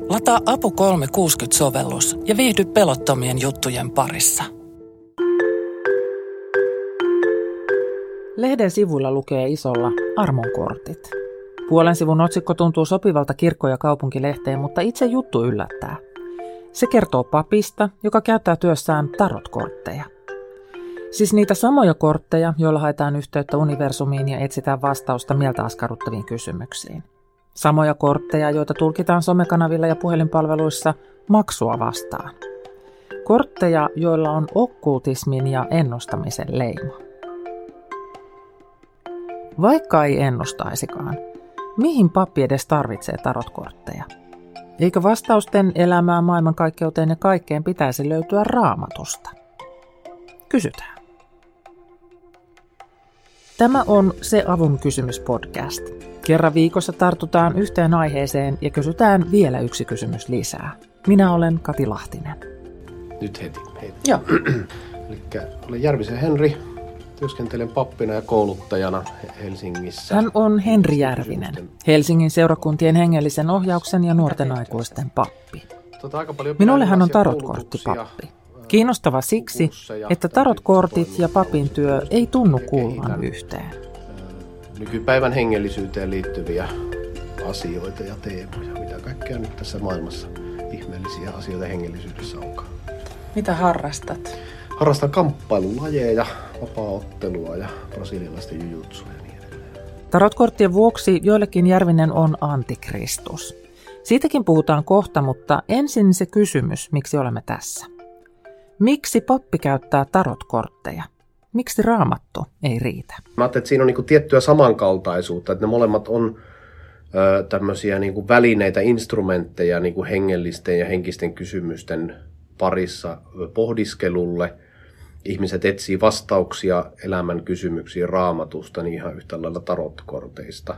Lataa Apu 360-sovellus ja viihdy pelottomien juttujen parissa. Lehden sivuilla lukee isolla armonkortit. Puolen sivun otsikko tuntuu sopivalta kirkko- ja kaupunkilehteen, mutta itse juttu yllättää. Se kertoo papista, joka käyttää työssään tarotkortteja. Siis niitä samoja kortteja, joilla haetaan yhteyttä universumiin ja etsitään vastausta mieltä askarruttaviin kysymyksiin. Samoja kortteja, joita tulkitaan somekanavilla ja puhelinpalveluissa maksua vastaan. Kortteja, joilla on okkultismin ja ennustamisen leima. Vaikka ei ennustaisikaan, mihin pappi edes tarvitsee tarotkortteja? Eikö vastausten elämään, maailmankaikkeuteen ja kaikkeen pitäisi löytyä Raamatusta? Kysytään. Tämä on Se avun kysymys podcast. Kerran viikossa tartutaan yhteen aiheeseen ja kysytään vielä yksi kysymys lisää. Minä olen Kati Lahtinen. Nyt heti. Joo. Elikkä olen Järvisen Henri. Työskentelen pappina ja kouluttajana Helsingissä. Hän on Henri Järvinen, Helsingin seurakuntien hengellisen ohjauksen ja nuorten aikuisten pappi. Minulle hän on tarotkorttipappi. Kiinnostava siksi, että tarotkortit ja papin työ ei tunnu kuuluvan yhteen. Nykypäivän hengellisyyteen liittyviä asioita ja teemoja, mitä kaikkea nyt tässä maailmassa ihmeellisiä asioita hengellisyydessä onkaan. Mitä harrastat? Harrastan kamppailulajeja, vapaaottelua ja brasilialaisten jujutsua ja niin edelleen. Tarotkorttien vuoksi joillekin Järvinen on antikristus. Siitäkin puhutaan kohta, mutta ensin se kysymys, miksi olemme tässä. Miksi pappi käyttää tarotkortteja? Miksi Raamattu ei riitä? Mä ajattelin, että siinä on niinku tiettyä samankaltaisuutta, että ne molemmat on tämmöisiä niinku välineitä, instrumentteja niinku hengellisten ja henkisten kysymysten parissa pohdiskelulle. Ihmiset etsii vastauksia elämän kysymyksiin Raamatusta, niin ihan yhtä lailla tarotkorteista.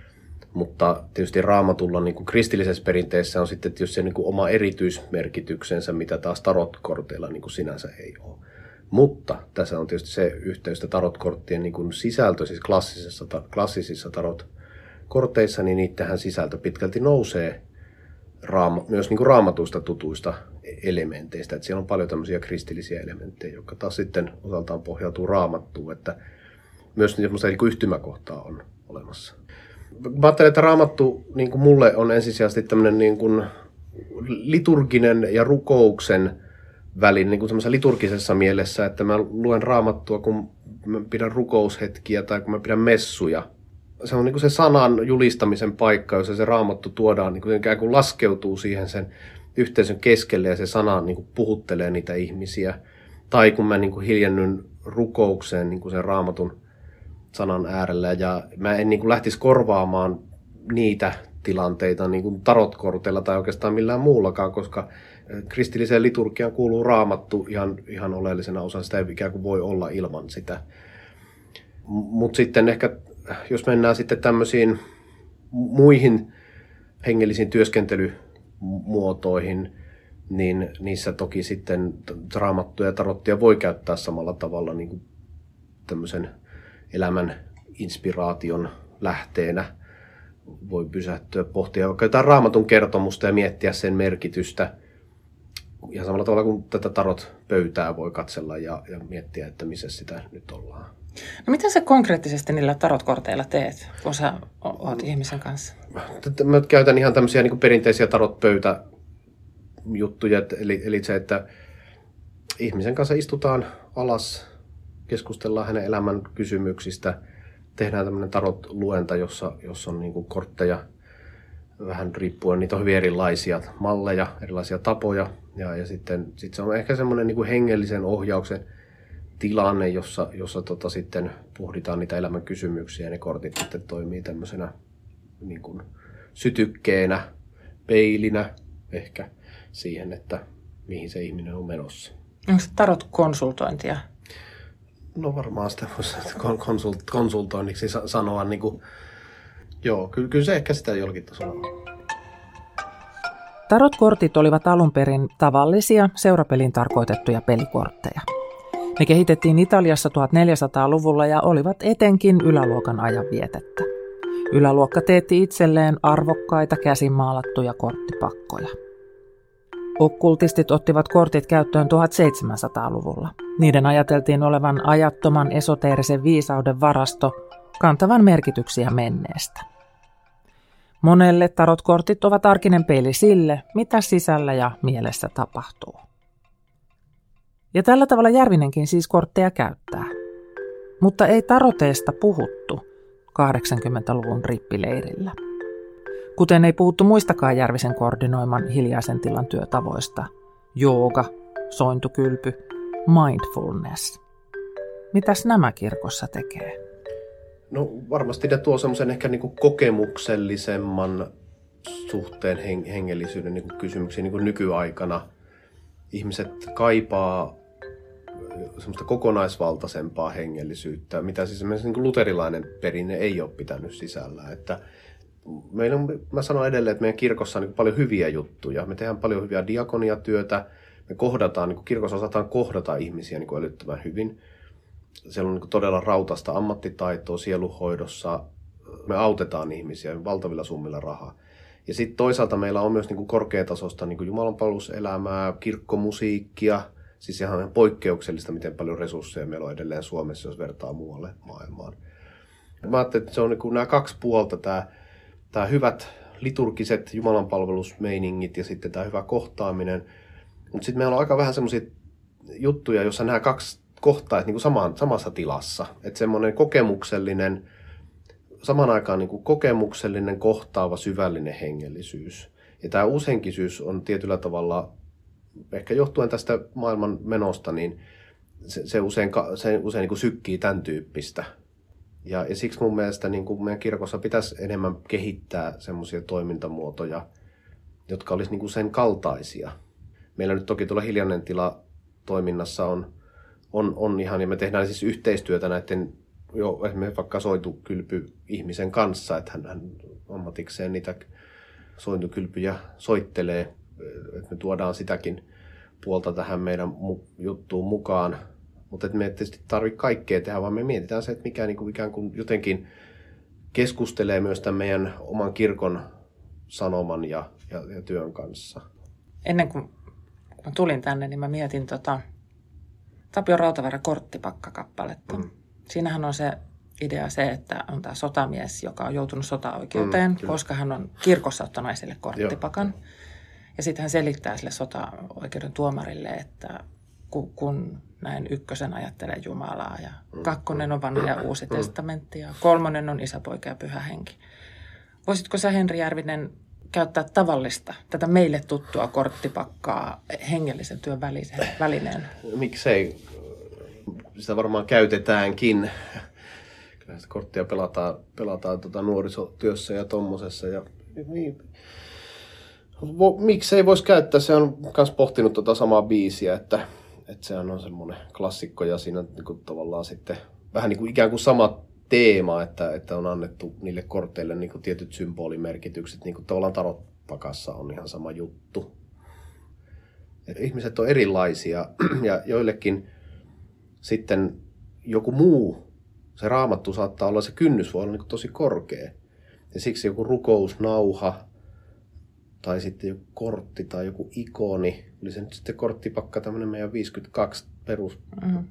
Mutta tietysti Raamatulla niin kuin kristillisessä perinteessä on sitten tietysti se niin kuin oma erityismerkityksensä, mitä taas tarotkorteilla niin kuin sinänsä ei ole. Mutta tässä on tietysti se yhteys, että tarotkorttien niin kuin sisältö, siis klassisissa tarotkorteissa, niin niidenhän sisältö pitkälti nousee myös niin kuin Raamatusta tutuista elementeistä. Että siellä on paljon tämmöisiä kristillisiä elementtejä, jotka taas sitten osaltaan pohjautuu Raamattuun, että myös semmoista niin kuin yhtymäkohtaa on olemassa. Mä ajattelen, että Raamattu niin kuin mulle on ensisijaisesti tämmöinen niin kuin liturginen ja rukouksen välin niin kuin semmoisessa liturgisessa mielessä, että mä luen Raamattua, kun mä pidän rukoushetkiä tai kun mä pidän messuja. Se on niin kuin se sanan julistamisen paikka, jossa se Raamattu tuodaan, niin kuin ikään kuin laskeutuu siihen sen yhteisön keskelle ja se sana niin kuin puhuttelee niitä ihmisiä. Tai kun mä niin kuin hiljennyn rukoukseen niin kuin sen Raamatun sanan äärellä ja mä en niin kuin lähtisi korvaamaan niitä tilanteita niin kuin tarotkorteilla tai oikeastaan millään muullakaan, koska kristilliseen liturgiaan kuuluu Raamattu ihan oleellisena osana, sitä ei ikään kuin voi olla ilman sitä. Mutta sitten ehkä, jos mennään sitten tämmöisiin muihin hengellisiin työskentelymuotoihin, niin niissä toki sitten Raamattuja ja tarottia voi käyttää samalla tavalla niin kuin tämmöisen elämän inspiraation lähteenä. Voi pysähtyä, pohtia vaikka jotain Raamatun kertomusta ja miettiä sen merkitystä. Ja samalla tavalla kuin tätä tarot-pöytää voi katsella ja miettiä, että missä sitä nyt ollaan. No mitä sä konkreettisesti niillä tarotkorteilla teet, kun sä oot ihmisen kanssa? Mä käytän ihan tämmöisiä niin kuin perinteisiä tarot-pöytäjuttuja, eli se, että ihmisen kanssa istutaan alas, keskustellaan hänen elämän kysymyksistä, tehdään tämmöinen tarot-luenta, jossa on niin kuin kortteja, vähän riippuen, niitä on hyvin erilaisia malleja, erilaisia tapoja, ja sitten se on ehkä semmoinen niin kuin hengellisen ohjauksen tilanne, jossa sitten pohditaan niitä elämän kysymyksiä, ja ne kortit sitten toimii tämmöisenä niin kuin sytykkeenä, peilinä ehkä siihen, että mihin se ihminen on menossa. Onko se tarot-konsultointia? No varmaan sitä voisi konsultoinniksi sanoa, niin kuin, joo, kyllä se ehkä sitä jollakin tasolla on. Tarot-kortit olivat alun perin tavallisia seurapeliin tarkoitettuja pelikortteja. Ne kehitettiin Italiassa 1400-luvulla ja olivat etenkin yläluokan ajanvietettä. Yläluokka teetti itselleen arvokkaita käsinmaalattuja korttipakkoja. Okkultistit ottivat kortit käyttöön 1700-luvulla. Niiden ajateltiin olevan ajattoman esoteerisen viisauden varasto, kantavan merkityksiä menneestä. Monelle tarotkortit ovat arkinen peili sille, mitä sisällä ja mielessä tapahtuu. Ja tällä tavalla Järvinenkin siis kortteja käyttää. Mutta ei taroteesta puhuttu 80-luvun rippileirillä. Kuten ei puhuttu muistakaan Järvisen koordinoiman hiljaisen tilan työtavoista. Jooga, sointukylpy, mindfulness. Mitäs nämä kirkossa tekee? No varmasti ne tuo semmoisen ehkä niin kuin kokemuksellisemman suhteen hengellisyyden niin kuin kysymyksiin niin kuin nykyaikana. Ihmiset kaipaa semmoista kokonaisvaltaisempaa hengellisyyttä, mitä siis niin kuin luterilainen perinne ei ole pitänyt sisällä. Että meillä on, mä sanon edelleen, että meidän kirkossa on niin paljon hyviä juttuja. Me tehdään paljon hyviä diakoniatyötä. Me kohdataan, niin kuin kirkossa osataan kohdata ihmisiä niin kuin älyttömän hyvin. Siellä on niin kuin todella rautasta ammattitaitoa sielunhoidossa. Me autetaan ihmisiä valtavilla summilla rahaa. Ja sitten toisaalta meillä on myös niin kuin korkeatasosta niin kuin jumalanpalveluselämää, kirkkomusiikkia. Siis ihan poikkeuksellista, miten paljon resursseja meillä on edelleen Suomessa, jos vertaa muualle maailmaan. Mä ajattelin, että se on niin kuin nämä kaksi puolta, tämä hyvät liturgiset jumalanpalvelusmeiningit ja sitten tämä hyvä kohtaaminen. Mutta sitten meillä on aika vähän semmoisia juttuja, joissa nämä kaksi kohtaa niin kuin samassa tilassa. Että semmoinen kokemuksellinen, samaan aikaan niin kuin kokemuksellinen, kohtaava, syvällinen hengellisyys. Ja tämä uushenkisyys on tietyllä tavalla, ehkä johtuen tästä maailman menosta, niin se usein niin kuin sykkii tämän tyyppistä. Ja siksi mun mielestä niin kuin meidän kirkossa pitäisi enemmän kehittää semmoisia toimintamuotoja, jotka olisi niin kuin sen kaltaisia. Meillä nyt toki tuolla Hiljainen tila toiminnassa on ihan, ja me tehdään siis yhteistyötä näiden esimerkiksi vaikka sointukylpy-ihmisen kanssa, että hän ammatikseen niitä sointukylpyjä soittelee, että me tuodaan sitäkin puolta tähän meidän juttuun mukaan. Mutta me ei tietysti tarvitse kaikkea tehdä, vaan me mietitään se, että mikä niin kuin ikään kuin jotenkin keskustelee myös tämän meidän oman kirkon sanoman ja työn kanssa. Ennen kuin tulin tänne, niin mä mietin Tapio Rautavaara korttipakkakappaletta. Siinähän on se idea se, että on tämä sotamies, joka on joutunut sotaoikeuteen, koska hän on kirkossa ottanut esille korttipakan. Joo. Ja sitten hän selittää sille sotaoikeuden tuomarille, että kun näin ykkösen ajattelee Jumalaa ja kakkonen on vanha ja uusi testamentti ja kolmonen on Isä, Poika ja Pyhä Henki. Voisitko sä, Henri Järvinen, käyttää tavallista, tätä meille tuttua korttipakkaa hengellisen työn välineen? Miksei? Sitä varmaan käytetäänkin. Kyllä sitä korttia pelataan nuorisotyössä ja tommosessa. Ja, niin. Miksei voisi käyttää? Se on myös pohtinut samaa biisiä, että sehän on semmoinen klassikko ja siinä niin kuin tavallaan sitten vähän niin kuin ikään kuin sama teema, että on annettu niille korteille niin kuin tietyt symbolimerkitykset, niin kuin tavallaan tarotpakassa on ihan sama juttu. Et ihmiset on erilaisia ja joillekin sitten joku muu, se raamattu saattaa olla, se kynnys voi olla niin kuin tosi korkea. Ja siksi joku rukousnauha tai sitten joku kortti tai joku ikoni, oli se nyt sitten korttipakka, tämmöinen meidän 52 perus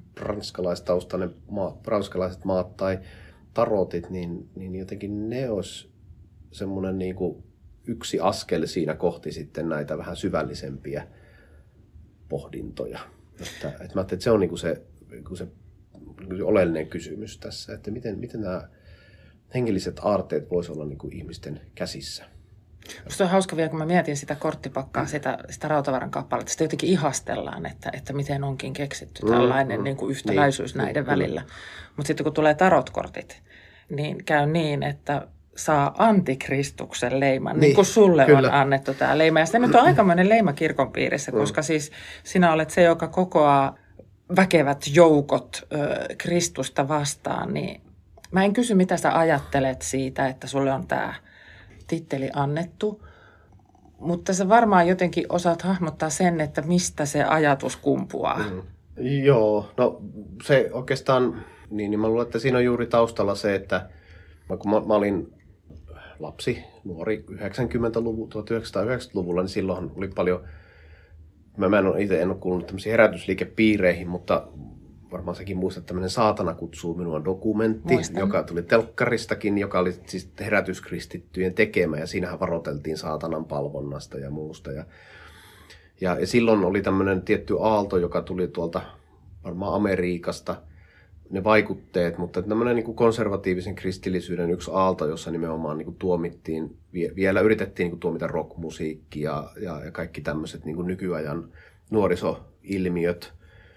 ranskalaiset maat tai tarotit, niin jotenkin ne olisi semmoinen niin kuin yksi askel siinä kohti sitten näitä vähän syvällisempiä pohdintoja. Että mä ajattelin, että se on niin kuin se oleellinen kysymys tässä, että miten nämä hengelliset aarteet voisi olla niin kuin ihmisten käsissä. Musta on hauska vielä, kun mä mietin sitä korttipakkaa, sitä Rautavaaran kappaletta, sitä jotenkin ihastellaan, että miten onkin keksitty tällainen niin kuin yhtäläisyys näiden välillä. Mutta sitten kun tulee tarotkortit, niin käy niin, että saa antikristuksen leiman, niin kuin sulle on annettu tämä leima. Ja se nyt on aikamoinen leima kirkon piirissä, koska siis sinä olet se, joka kokoaa väkevät joukot Kristusta vastaan. Niin mä en kysy, mitä sä ajattelet siitä, että sulle on tämä titteli annettu, mutta sä varmaan jotenkin osaat hahmottaa sen, että mistä se ajatus kumpuaa. Joo, no se oikeastaan, niin mä luulen, että siinä on juuri taustalla se, että kun mä olin lapsi, nuori 1990-luvulla, niin silloin oli paljon, mä en ole kuullut tämmöisiin herätysliikepiireihin, mutta varmaan säkin muistat, tämmöinen Saatana kutsuu minua -dokumentti, joka tuli telkkaristakin, joka oli siis herätyskristittyjen tekemä, ja siinähän varoiteltiin saatanan palvonnasta ja muusta. Ja silloin oli tämmöinen tietty aalto, joka tuli tuolta varmaan Amerikasta, ne vaikutteet, mutta tämmöinen niin kuin konservatiivisen kristillisyyden yksi aalto, jossa nimenomaan niin kuin tuomittiin, vielä yritettiin niin kuin tuomita rockmusiikki ja kaikki tämmöiset niin kuin nykyajan nuorisoilmiöt.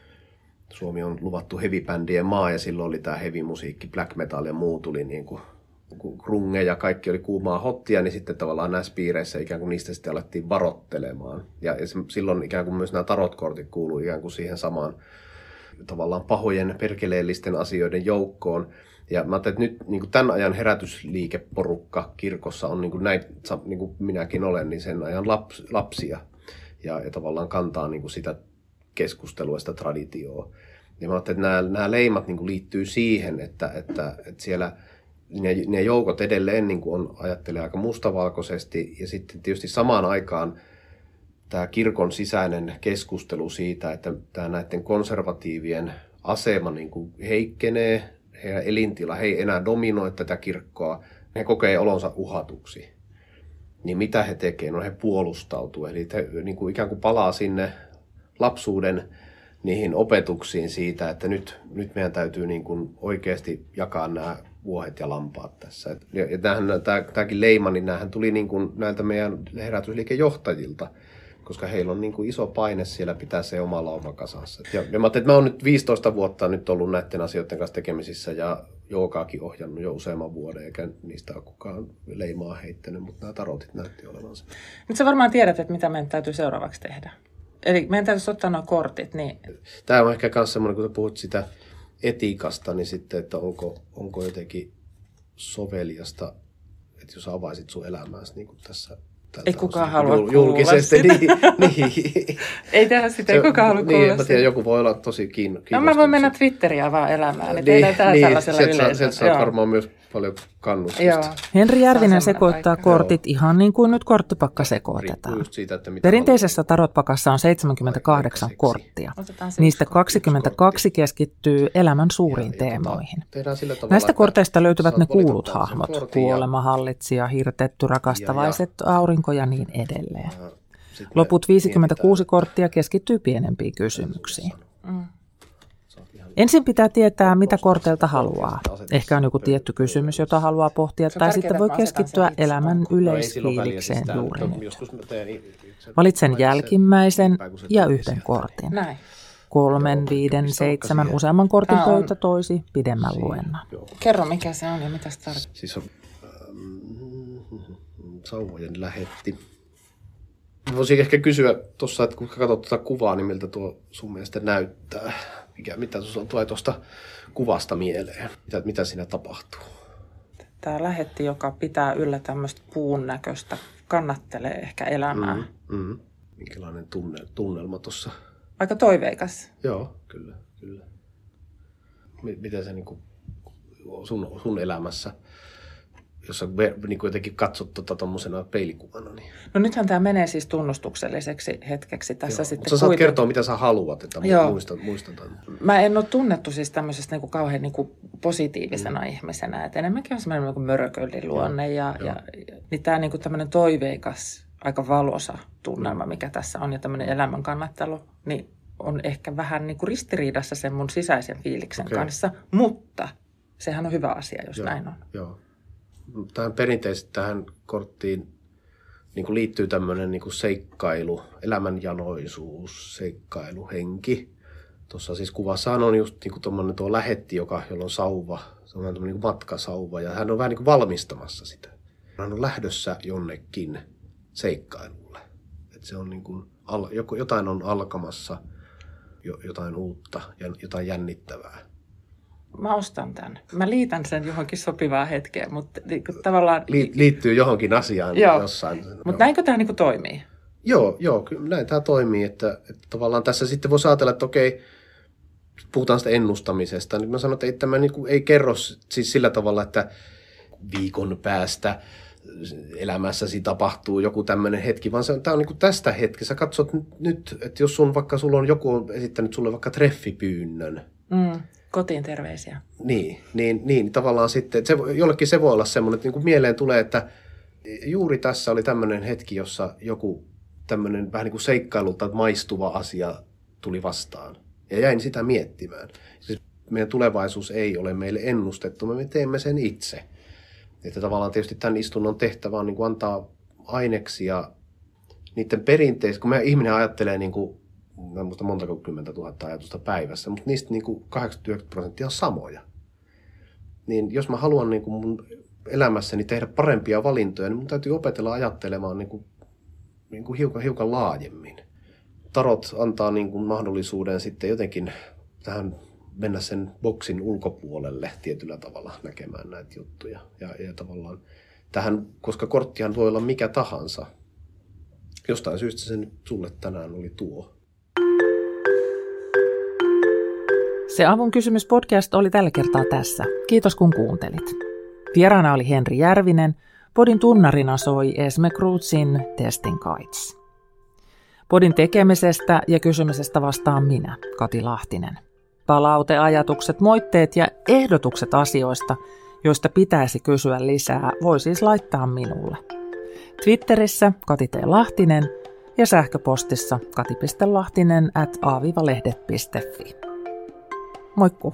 Suomi on luvattu heavy-bändien maa, ja silloin oli tämä heavy-musiikki, black metal ja muu tuli niin kuin grunge ja kaikki oli kuumaa hottia, niin sitten tavallaan näissä piireissä ikään kuin niistä sitten alettiin varottelemaan. Ja silloin ikään kuin myös nämä tarotkortit kuuluu ikään kuin siihen samaan tavallaan pahojen, perkeleellisten asioiden joukkoon. Ja mä ajattelin, että nyt niin kuin tämän ajan herätysliikeporukka kirkossa on niin kuin näin, niin kuin minäkin olen, niin sen ajan lapsia. Ja tavallaan kantaa niin kuin sitä keskustelua, sitä traditioa. Ja mä ajattelin, että nämä leimat niin kuin liittyy siihen, että siellä ne joukot edelleen niin kuin ajattelee aika mustavalkoisesti. Ja sitten tietysti samaan aikaan tämä kirkon sisäinen keskustelu siitä, että tämä näiden konservatiivien asema niin kuin heikkenee, heidän elintila, he ei enää dominoi tätä kirkkoa, he kokee olonsa uhatuksi. Niin mitä he tekevät? No he puolustautuu, eli he niin kuin ikään kuin palaa sinne lapsuuden niihin opetuksiin siitä, että nyt meidän täytyy niin kuin oikeasti jakaa nämä vuohet ja lampaat tässä. Ja tämäkin leima, niin näähän tuli niin kuin näiltä meidän herätysliikejohtajilta, koska heillä on niin kuin iso paine siellä pitää se oma lauma kasassa. Ja mä ajattelin, että mä oon nyt 15 vuotta nyt ollut näiden asioiden kanssa tekemisissä ja joogaakin ohjannut jo useamman vuoden, eikä niistä ole kukaan leimaa heittänyt, mutta nämä tarotit näytti olevansa. Nyt sä varmaan tiedät, että mitä meidän täytyy seuraavaksi tehdä. Eli meidän täytyisi ottaa nuo kortit. Niin... Tämä on ehkä myös semmoinen, kun sä puhut sitä etiikasta, niin sitten, että onko jotenkin soveliasta, että jos avaisit sun elämääsi niin kuin tässä. Ei kukaan halua julkisesti, niin. Ei tehdä sitä, ei kukaan halua kuulla niin, mä tiedän, joku voi olla tosi kiinnostunut. No mä voin mennä Twitteriä vaan elämään, niin tehdään tällaisella yleisöllä. Sieltä saat varmaan myös paljon kannustusta. Henri Järvinen sekoittaa kortit ihan niin kuin nyt korttipakka sekoitetaan. Perinteisessä tarotpakassa on 78 korttia. Niistä 22 keskittyy elämän suuriin teemoihin. Näistä korteista löytyvät ne kuulut hahmot. Kuolema, hallitsija, hirtetty, rakastavaiset, aurinko ja niin edelleen. Loput 56 korttia keskittyy pienempiin kysymyksiin. Ensin pitää tietää, mitä korteilta haluaa. Ehkä on joku tietty kysymys, jota haluaa pohtia, tai sitten voi keskittyä elämän yleisfiilikseen juuri nyt. Valitsen jälkimmäisen ja yhden kortin. 3, 5, 7 useamman kortin pöytä toisi pidemmän luennon. Kerro, mikä se on ja mitä se tarkoittaa. Siis on sauvojen lähetti. Voisin ehkä kysyä tuossa, että kun katsot tuota kuvaa, niin miltä tuo sun mielestä näyttää? Mitä tulee tuosta kuvasta mieleen? Mitä siinä tapahtuu? Tämä lähetti, joka pitää yllä tämmöistä puun näköistä, kannattelee ehkä elämää. Minkälainen tunnelma tuossa? Aika toiveikas. Joo, kyllä. Miten se niin kuin sun elämässä, jos sä niin jotenkin katsot tuommoisena peilikuvana. Niin... No nythän tämä menee siis tunnustukselliseksi hetkeksi tässä. Joo, sitten. Mutta sä saat kertoa, mitä sä haluat, että muistan tämän. Mä en ole tunnettu siis tämmöisestä niin kuin kauhean niin kuin positiivisena ihmisenä. Että enemmänkin on semmoinen niin mörköllin luonne. Niin tämä niin kuin tämmöinen toiveikas, aika valoisa tunnelma, mikä tässä on, ja tämmöinen elämän kannattelu, niin on ehkä vähän niin kuin ristiriidassa sen mun sisäisen fiiliksen kanssa. Mutta sehän on hyvä asia, jos näin on. Joo. Perinteisesti tähän korttiin niin kuin liittyy tämmöinen niin kuin seikkailu, elämänjanoisuus, seikkailuhenki. Tuossa siis kuvassahan on just niin kuin tuo lähetti, jolla on sauva, se on tämmöinen niin kuin matkasauva, ja hän on vähän niin kuin valmistamassa sitä. Hän on lähdössä jonnekin seikkailulle. Että se on niin kuin, jotain on alkamassa, jotain uutta ja jotain jännittävää. Mä ostan tämän. Mä liitän sen johonkin sopivaan hetkeen, mutta tavallaan... Liittyy johonkin asiaan jossain. Mutta näinkö tämä niinku toimii? Joo, kyllä näin tämä toimii. Että tavallaan tässä sitten voisi ajatella, että okei, puhutaan sitä ennustamisesta. Nyt mä sanon, että tämä niinku ei kerro siis sillä tavalla, että viikon päästä elämässäsi tapahtuu joku tämmöinen hetki, vaan tämä on niin kuin tästä hetkestä. Sä katsot nyt, että jos sulla on joku esittänyt sulle vaikka treffipyynnön. Kotiin terveisiä. Niin tavallaan sitten, että jollekin se voi olla semmoinen, että niin kuin mieleen tulee, että juuri tässä oli tämmöinen hetki, jossa joku tämmöinen vähän niin kuin seikkailulta maistuva asia tuli vastaan. Ja jäin sitä miettimään. Siis meidän tulevaisuus ei ole meille ennustettu, me teemme sen itse. Että tavallaan tietysti tämän istunnon tehtävä on niin kuin antaa aineksia niiden perinteistä, kun meidän ihminen ajattelee, niin kuin, en muista montako 10 000 ajatusta päivässä, mutta niistä niin kuin 89% on samoja. Niin jos mä haluan niin kuin mun elämässäni tehdä parempia valintoja, niin mun täytyy opetella ajattelemaan niin kuin hiukan laajemmin. Tarot antaa niin kuin mahdollisuuden sitten jotenkin tähän mennä sen boksin ulkopuolelle tietyllä tavalla näkemään näitä juttuja. Ja tavallaan tähän, koska korttihan voi olla mikä tahansa. Jostain syystä se nyt sulle tänään oli tuo. Se Avun kysymys podcast oli tällä kertaa tässä. Kiitos kun kuuntelit. Vieraana oli Henri Järvinen. Podin tunnarina soi Esme Krutsin Testing Guides. Podin tekemisestä ja kysymisestä vastaan minä, Kati Lahtinen. Palauteajatukset, moitteet ja ehdotukset asioista, joista pitäisi kysyä lisää, voi siis laittaa minulle. Twitterissä Kati T. Lahtinen ja sähköpostissa kati.lahtinen@a-lehdet.fi. Moikku!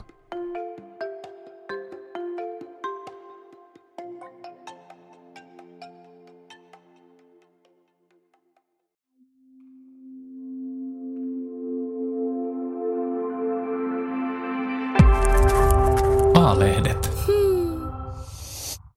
A-lehdet.